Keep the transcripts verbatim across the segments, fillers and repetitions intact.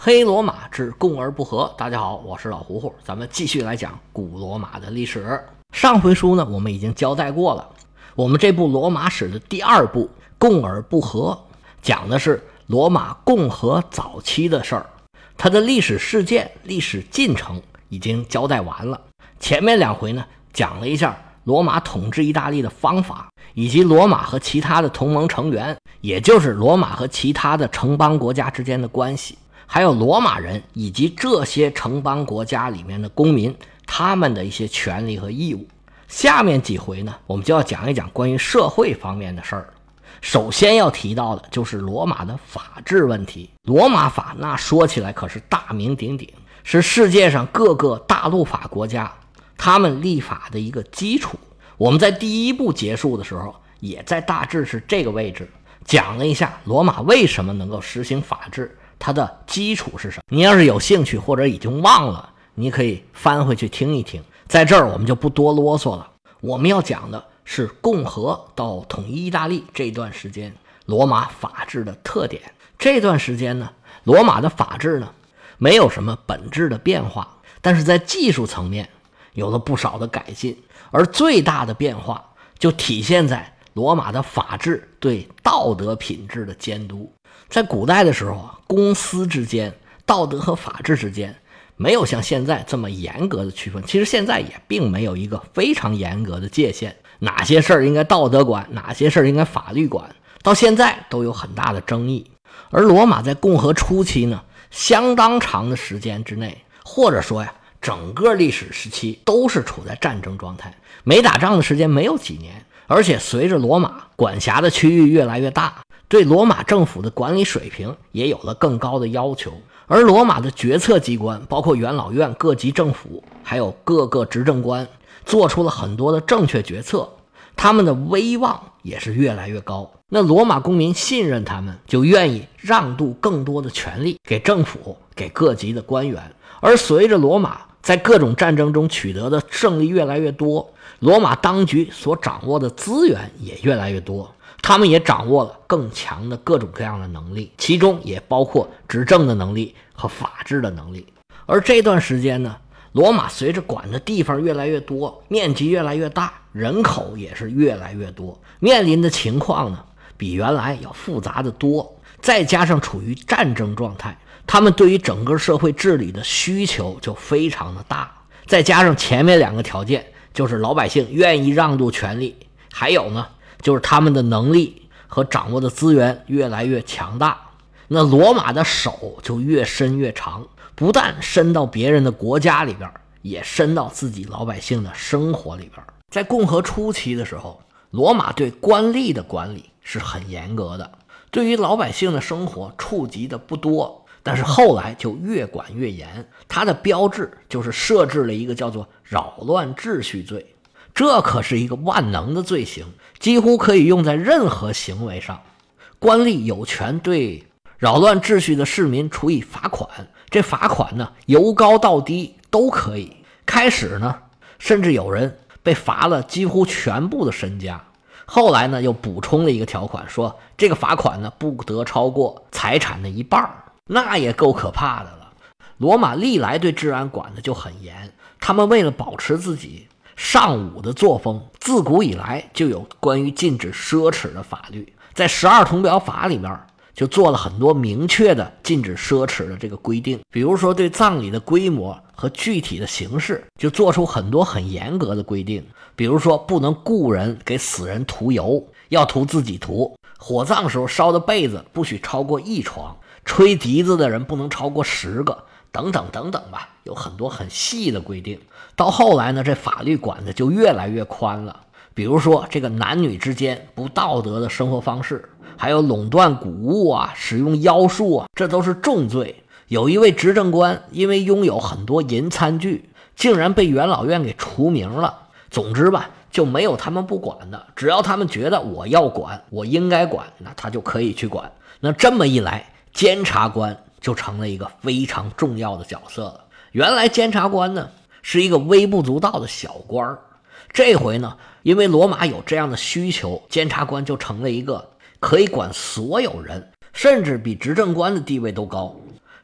黑罗马之共而不和。大家好，我是老胡胡，咱们继续来讲古罗马的历史。上回书呢，我们已经交代过了，我们这部罗马史的第二部共而不和，讲的是罗马共和早期的事儿，它的历史事件、历史进程已经交代完了。前面两回呢，讲了一下罗马统治意大利的方法，以及罗马和其他的同盟成员，也就是罗马和其他的城邦国家之间的关系，还有罗马人以及这些城邦国家里面的公民，他们的一些权利和义务。下面几回呢，我们就要讲一讲关于社会方面的事儿。首先要提到的就是罗马的法治问题。罗马法那说起来可是大名鼎鼎，是世界上各个大陆法国家他们立法的一个基础。我们在第一部结束的时候，也在大致是这个位置讲了一下罗马为什么能够实行法治，它的基础是什么。你要是有兴趣或者已经忘了，你可以翻回去听一听，在这儿我们就不多啰嗦了。我们要讲的是共和到统一意大利这段时间罗马法治的特点。这段时间呢，罗马的法治呢没有什么本质的变化，但是在技术层面有了不少的改进，而最大的变化就体现在罗马的法治对道德品质的监督。在古代的时候啊，公私之间，道德和法治之间没有像现在这么严格的区分，其实现在也并没有一个非常严格的界限，哪些事儿应该道德管，哪些事儿应该法律管，到现在都有很大的争议。而罗马在共和初期呢，相当长的时间之内，或者说呀，整个历史时期都是处在战争状态，没打仗的时间没有几年。而且随着罗马管辖的区域越来越大，对罗马政府的管理水平也有了更高的要求。而罗马的决策机关，包括元老院、各级政府，还有各个执政官，做出了很多的正确决策，他们的威望也是越来越高。那罗马公民信任他们，就愿意让渡更多的权力给政府，给各级的官员。而随着罗马在各种战争中取得的胜利越来越多，罗马当局所掌握的资源也越来越多，他们也掌握了更强的各种各样的能力，其中也包括执政的能力和法治的能力。而这段时间呢，罗马随着管的地方越来越多，面积越来越大，人口也是越来越多，面临的情况呢比原来要复杂的多，再加上处于战争状态，他们对于整个社会治理的需求就非常的大，再加上前面两个条件，就是老百姓愿意让渡权力，还有呢就是他们的能力和掌握的资源越来越强大，那罗马的手就越伸越长，不但伸到别人的国家里边，也伸到自己老百姓的生活里边。在共和初期的时候，罗马对官吏的管理是很严格的，对于老百姓的生活触及的不多，但是后来就越管越严。它的标志就是设置了一个叫做扰乱秩序罪，这可是一个万能的罪行，几乎可以用在任何行为上。官吏有权对扰乱秩序的市民处以罚款，这罚款呢由高到低都可以。开始呢，甚至有人被罚了几乎全部的身家，后来呢又补充了一个条款，说这个罚款呢不得超过财产的一半，那也够可怕的了。罗马历来对治安管的就很严，他们为了保持自己尚武的作风，自古以来就有关于禁止奢侈的法律，在十二铜表法里面就做了很多明确的禁止奢侈的这个规定。比如说对葬礼的规模和具体的形式就做出很多很严格的规定，比如说不能雇人给死人涂油，要涂自己涂，火葬时候烧的被子不许超过一床，吹笛子的人不能超过十个，等等等等吧，有很多很细的规定。到后来呢，这法律管的就越来越宽了，比如说这个男女之间不道德的生活方式，还有垄断谷物啊，使用妖术啊，这都是重罪。有一位执政官因为拥有很多银餐具，竟然被元老院给除名了。总之吧，就没有他们不管的，只要他们觉得我要管，我应该管，那他就可以去管。那这么一来，监察官就成了一个非常重要的角色了。原来监察官呢是一个微不足道的小官，这回呢因为罗马有这样的需求，监察官就成了一个可以管所有人，甚至比执政官的地位都高。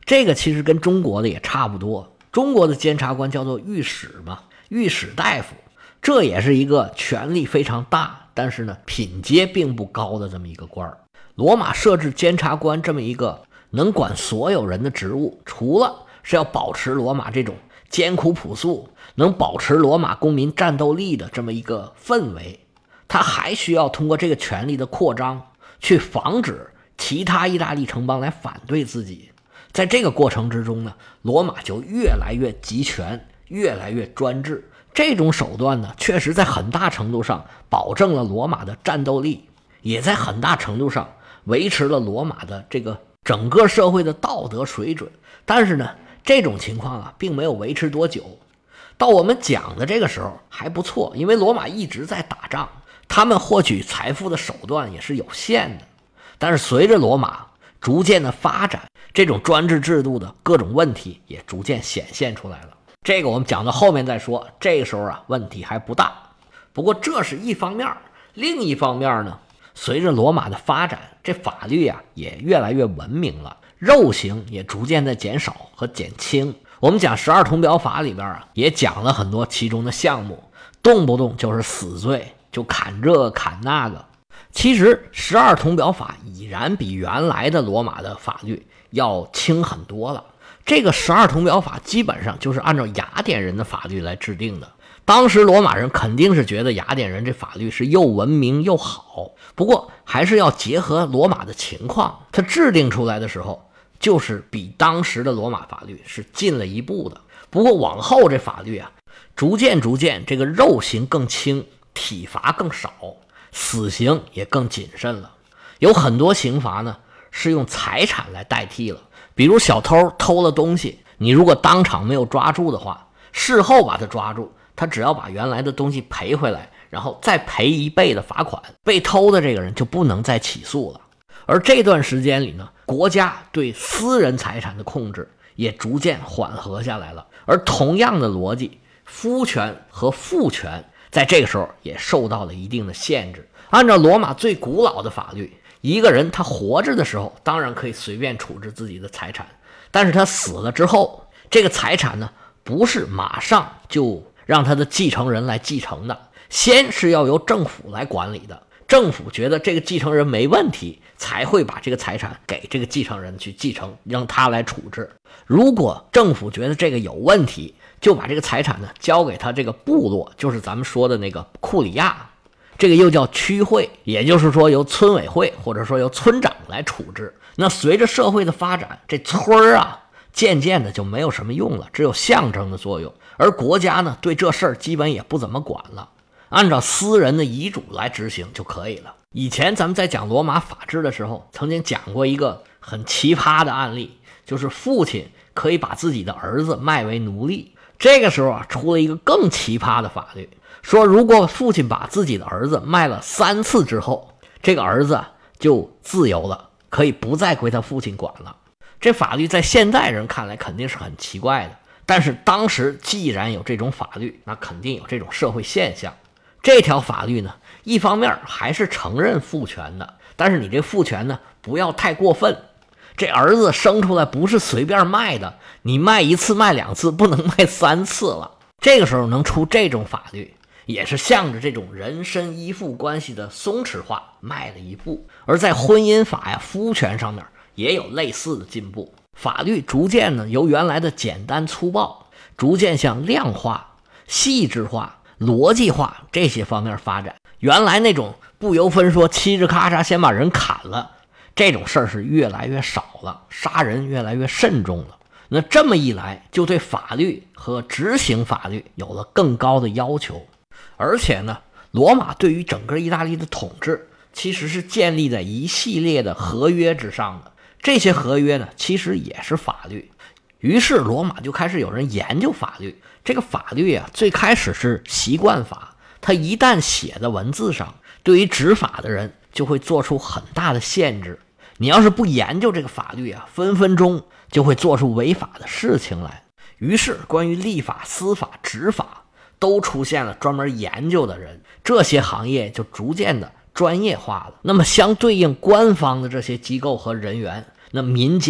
这个其实跟中国的也差不多，中国的监察官叫做御史嘛，御史大夫，这也是一个权力非常大，但是呢品阶并不高的这么一个官儿。罗马设置监察官这么一个能管所有人的职务，除了是要保持罗马这种艰苦朴素，能保持罗马公民战斗力的这么一个氛围，他还需要通过这个权力的扩张去防止其他意大利城邦来反对自己。在这个过程之中呢，罗马就越来越集权，越来越专制。这种手段呢，确实在很大程度上保证了罗马的战斗力，也在很大程度上维持了罗马的这个整个社会的道德水准。但是呢，这种情况啊，并没有维持多久。到我们讲的这个时候还不错，因为罗马一直在打仗，他们获取财富的手段也是有限的。但是随着罗马逐渐的发展，这种专制制度的各种问题也逐渐显现出来了。这个我们讲到后面再说，这个时候啊问题还不大。不过这是一方面，另一方面呢，随着罗马的发展，这法律啊也越来越文明了，肉刑也逐渐在减少和减轻。我们讲十二铜表法里边啊，也讲了很多其中的项目，动不动就是死罪，就砍这个砍那个。其实十二铜表法已然比原来的罗马的法律要轻很多了。这个十二铜表法基本上就是按照雅典人的法律来制定的。当时罗马人肯定是觉得雅典人这法律是又文明又好，不过还是要结合罗马的情况，他制定出来的时候就是比当时的罗马法律是进了一步的。不过往后这法律啊，逐渐逐渐这个肉刑更轻，体罚更少，死刑也更谨慎了。有很多刑罚呢是用财产来代替了，比如小偷偷了东西，你如果当场没有抓住的话，事后把他抓住，他只要把原来的东西赔回来，然后再赔一倍的罚款，被偷的这个人就不能再起诉了。而这段时间里呢，国家对私人财产的控制也逐渐缓和下来了。而同样的逻辑，夫权和父权在这个时候也受到了一定的限制。按照罗马最古老的法律，一个人他活着的时候当然可以随便处置自己的财产，但是他死了之后，这个财产呢不是马上就让他的继承人来继承的，先是要由政府来管理的。政府觉得这个继承人没问题，才会把这个财产给这个继承人去继承，让他来处置。如果政府觉得这个有问题，就把这个财产呢交给他这个部落，就是咱们说的那个库里亚，这个又叫区会，也就是说由村委会或者说由村长来处置。那随着社会的发展，这村儿啊渐渐的就没有什么用了，只有象征的作用。而国家呢对这事儿基本也不怎么管了，按照私人的遗嘱来执行就可以了。以前咱们在讲罗马法治的时候，曾经讲过一个很奇葩的案例，就是父亲可以把自己的儿子卖为奴隶。这个时候啊，出了一个更奇葩的法律，说如果父亲把自己的儿子卖了三次之后，这个儿子啊就自由了，可以不再归他父亲管了。这法律在现代人看来肯定是很奇怪的，但是当时既然有这种法律，那肯定有这种社会现象。这条法律呢，一方面还是承认父权的，但是你这父权呢不要太过分。这儿子生出来不是随便卖的，你卖一次卖两次，不能卖三次了。这个时候能出这种法律，也是向着这种人身依附关系的松弛化迈了一步。而在婚姻法呀、夫权上面也有类似的进步，法律逐渐呢由原来的简单粗暴，逐渐向量化、细致化、逻辑化这些方面发展。原来那种不由分说嘁哧咔嚓先把人砍了，这种事儿是越来越少了，杀人越来越慎重了。那这么一来，就对法律和执行法律有了更高的要求。而且呢，罗马对于整个意大利的统治其实是建立在一系列的合约之上的，这些合约呢其实也是法律。于是罗马就开始有人研究法律。这个法律啊，最开始是习惯法，它一旦写在文字上，对于执法的人就会做出很大的限制。你要是不研究这个法律啊，分分钟就会做出违法的事情来。于是关于立法、司法、执法都出现了专门研究的人，这些行业就逐渐的专业化了。那么相对应官方的这些机构和人员，那民间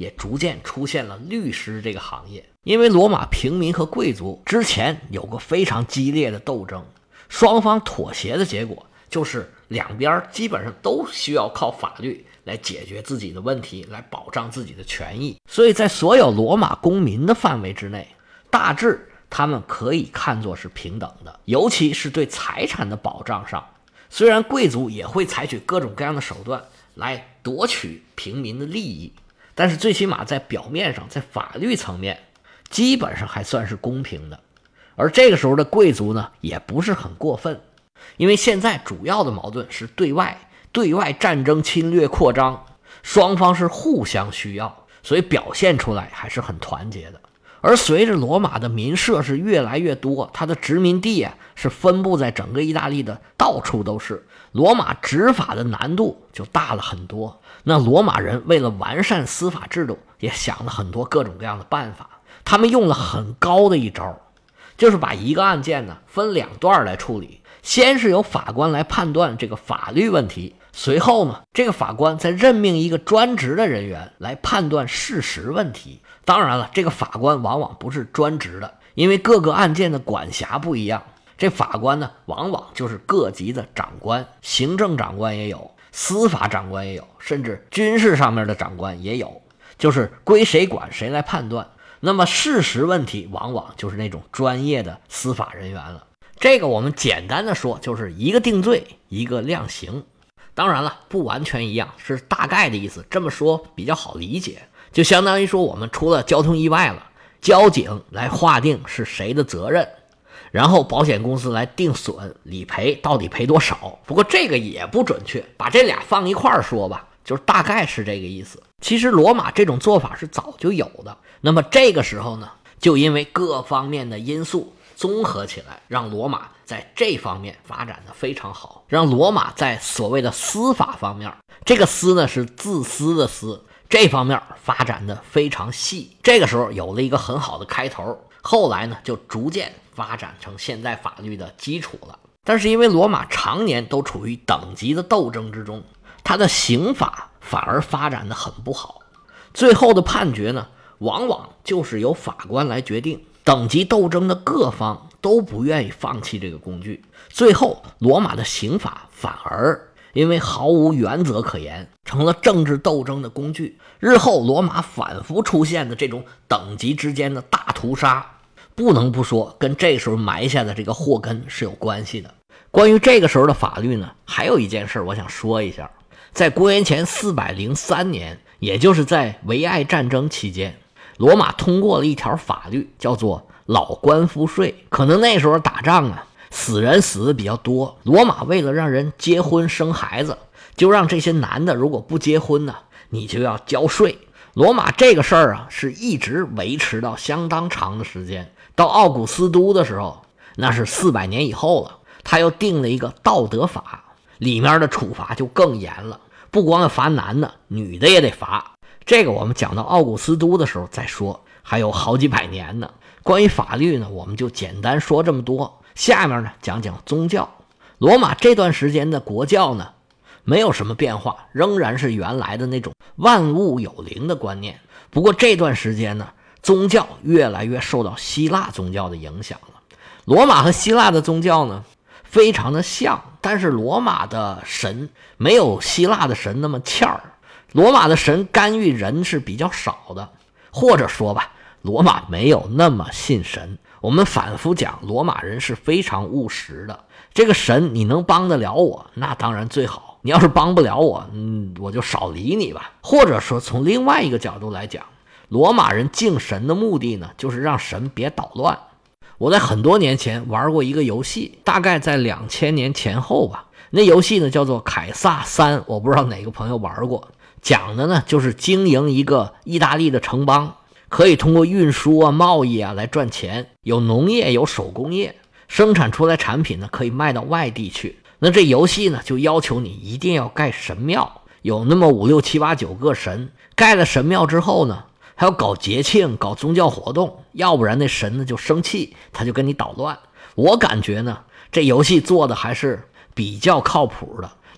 也逐渐出现了律师这个行业。因为罗马平民和贵族之前有过非常激烈的斗争，双方妥协的结果就是两边基本上都需要靠法律来解决自己的问题，来保障自己的权益。所以在所有罗马公民的范围之内，大致他们可以看作是平等的。尤其是对财产的保障上，虽然贵族也会采取各种各样的手段来夺取平民的利益，但是最起码在表面上，在法律层面基本上还算是公平的。而这个时候的贵族呢，也不是很过分，因为现在主要的矛盾是对外对外战争侵略扩张，双方是互相需要，所以表现出来还是很团结的。而随着罗马的民社是越来越多，它的殖民地啊是分布在整个意大利的到处都是，罗马执法的难度就大了很多。那罗马人为了完善司法制度，也想了很多各种各样的办法。他们用了很高的一招，就是把一个案件呢分两段来处理。先是由法官来判断这个法律问题，随后呢，这个法官再任命一个专职的人员来判断事实问题。当然了，这个法官往往不是专职的，因为各个案件的管辖不一样。这法官呢，往往就是各级的长官，行政长官也有，司法长官也有，甚至军事上面的长官也有，就是归谁管谁来判断。那么事实问题往往就是那种专业的司法人员了。这个我们简单的说，就是一个定罪，一个量刑。当然了，不完全一样，是大概的意思，这么说比较好理解。就相当于说，我们出了交通意外了，交警来划定是谁的责任，然后保险公司来定损理赔，到底赔多少。不过这个也不准确，把这俩放一块儿说吧，就是大概是这个意思。其实罗马这种做法是早就有的，那么这个时候呢，就因为各方面的因素综合起来，让罗马在这方面发展的非常好，让罗马在所谓的司法方面，这个司呢是自私的私，这方面发展的非常细。这个时候有了一个很好的开头，后来呢就逐渐发展成现在法律的基础了。但是因为罗马常年都处于等级的斗争之中，它的刑法反而发展的很不好，最后的判决呢往往就是由法官来决定。等级斗争的各方都不愿意放弃这个工具，最后罗马的刑法反而因为毫无原则可言，成了政治斗争的工具。日后罗马反复出现的这种等级之间的大屠杀，不能不说跟这时候埋下的这个祸根是有关系的。关于这个时候的法律呢，还有一件事我想说一下。在公元前四百零三年，也就是在维埃战争期间，罗马通过了一条法律，叫做老官赋税。可能那时候打仗啊，死人死的比较多，罗马为了让人结婚生孩子，就让这些男的如果不结婚呢，你就要交税。罗马这个事儿啊，是一直维持到相当长的时间。到奥古斯都的时候，那是四百年以后了，他又定了一个道德法，里面的处罚就更严了，不光要罚男的，女的也得罚。这个我们讲到奥古斯都的时候再说，还有好几百年呢。关于法律呢，我们就简单说这么多。下面呢，讲讲宗教。罗马这段时间的国教呢，没有什么变化，仍然是原来的那种万物有灵的观念。不过这段时间呢，宗教越来越受到希腊宗教的影响了。罗马和希腊的宗教呢，非常的像，但是罗马的神没有希腊的神那么欠儿。罗马的神干预人是比较少的，或者说吧，罗马没有那么信神。我们反复讲，罗马人是非常务实的。这个神你能帮得了我，那当然最好。你要是帮不了我，嗯，我就少理你吧。或者说从另外一个角度来讲，罗马人敬神的目的呢，就是让神别捣乱。我在很多年前玩过一个游戏，大概在两千年前后吧。那游戏呢叫做凯撒三，我不知道哪个朋友玩过。讲的呢就是经营一个意大利的城邦，可以通过运输啊、贸易啊来赚钱，有农业有手工业，生产出来产品呢可以卖到外地去。那这游戏呢就要求你一定要盖神庙，有那么五六七八九个神，盖了神庙之后呢还要搞节庆搞宗教活动，要不然那神呢就生气，他就跟你捣乱。我感觉呢这游戏做的还是比较靠谱的，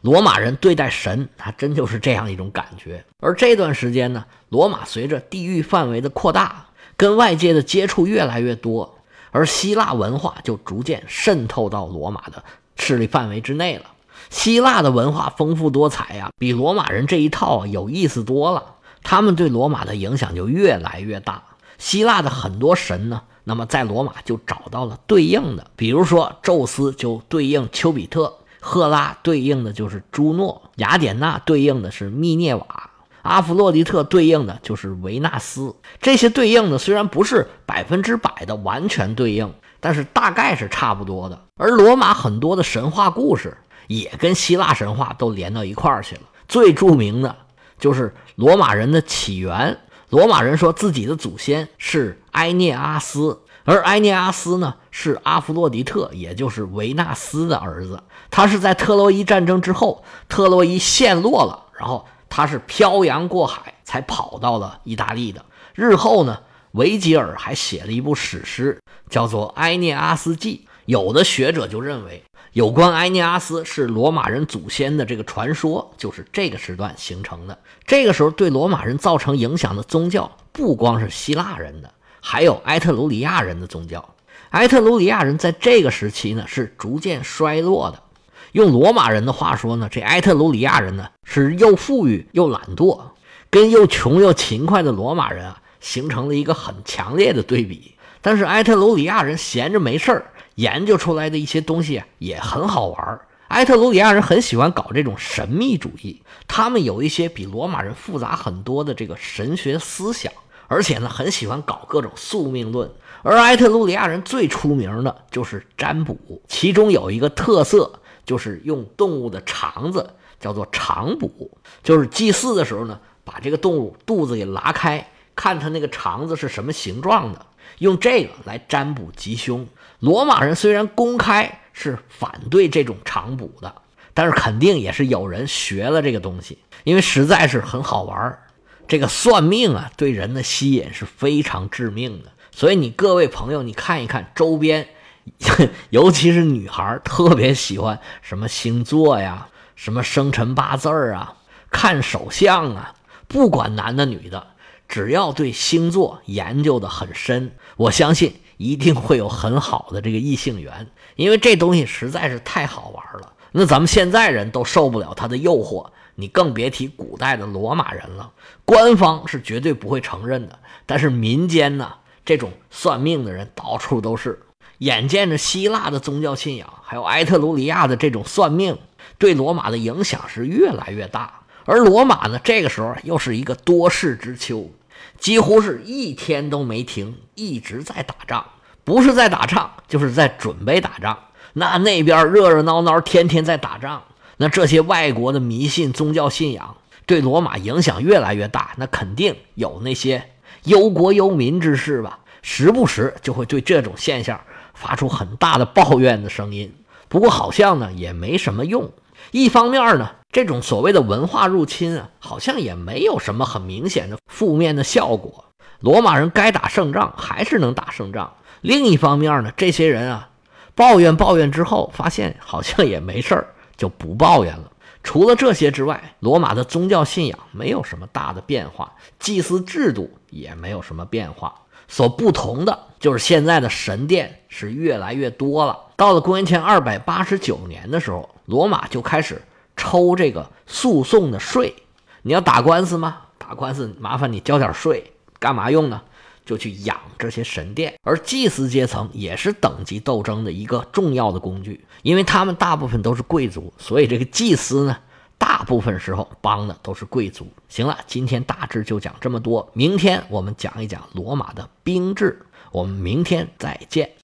罗马人对待神还真就是这样一种感觉。而这段时间呢，罗马随着地域范围的扩大，跟外界的接触越来越多，而希腊文化就逐渐渗透到罗马的势力范围之内了。希腊的文化丰富多彩呀、啊，比罗马人这一套有意思多了。他们对罗马的影响就越来越大。希腊的很多神呢，那么在罗马就找到了对应的，比如说宙斯就对应丘比特，赫拉对应的就是朱诺，雅典娜对应的是密涅瓦，阿弗洛狄特对应的就是维纳斯。这些对应的虽然不是百分之百的完全对应，但是大概是差不多的。而罗马很多的神话故事也跟希腊神话都连到一块儿去了。最著名的就是罗马人的起源。罗马人说自己的祖先是埃涅阿斯，而埃涅阿斯呢是阿弗洛狄特，也就是维纳斯的儿子。他是在特洛伊战争之后，特洛伊陷落了，然后他是漂洋过海才跑到了意大利的。日后呢，维吉尔还写了一部史诗，叫做《埃涅阿斯记》。有的学者就认为，有关埃涅阿斯是罗马人祖先的这个传说，就是这个时段形成的。这个时候对罗马人造成影响的宗教，不光是希腊人的，还有埃特鲁里亚人的宗教。埃特鲁里亚人在这个时期呢，是逐渐衰落的。用罗马人的话说呢，这埃特鲁里亚人呢，是又富裕又懒惰，跟又穷又勤快的罗马人啊，形成了一个很强烈的对比。但是埃特鲁里亚人闲着没事儿，研究出来的一些东西也很好玩。埃特鲁里亚人很喜欢搞这种神秘主义，他们有一些比罗马人复杂很多的这个神学思想，而且呢很喜欢搞各种宿命论。而埃特鲁里亚人最出名的就是占卜，其中有一个特色就是用动物的肠子，叫做肠卜，就是祭祀的时候呢，把这个动物肚子给拉开，看它那个肠子是什么形状的，用这个来占卜吉凶。罗马人虽然公开是反对这种肠卜的，但是肯定也是有人学了这个东西，因为实在是很好玩。这个算命啊，对人的吸引是非常致命的。所以你各位朋友，你看一看周边，尤其是女孩特别喜欢什么星座呀，什么生辰八字啊，看手相啊，不管男的女的，只要对星座研究的很深，我相信一定会有很好的这个异性缘，因为这东西实在是太好玩了。那咱们现在人都受不了它的诱惑，你更别提古代的罗马人了。官方是绝对不会承认的，但是民间呢，这种算命的人到处都是。眼见着希腊的宗教信仰还有埃特鲁里亚的这种算命对罗马的影响是越来越大，而罗马呢这个时候又是一个多事之秋，几乎是一天都没停，一直在打仗，不是在打仗就是在准备打仗。那那边热热闹闹天天在打仗，那这些外国的迷信宗教信仰对罗马影响越来越大，那肯定有那些忧国忧民之士吧，时不时就会对这种现象发出很大的抱怨的声音。不过好像呢也没什么用。一方面呢，这种所谓的文化入侵啊，好像也没有什么很明显的负面的效果，罗马人该打胜仗还是能打胜仗。另一方面呢，这些人啊抱怨抱怨之后发现好像也没事儿，就不抱怨了。除了这些之外，罗马的宗教信仰没有什么大的变化，祭祀制度也没有什么变化。所不同的就是现在的神殿是越来越多了。到了公元前二百八十九年的时候，罗马就开始抽这个诉讼的税。你要打官司吗？打官司麻烦你交点税，干嘛用呢？就去养这些神殿。而祭司阶层也是等级斗争的一个重要的工具，因为他们大部分都是贵族，所以这个祭司呢大部分时候帮的都是贵族。行了，今天大致就讲这么多，明天我们讲一讲罗马的兵制，我们明天再见。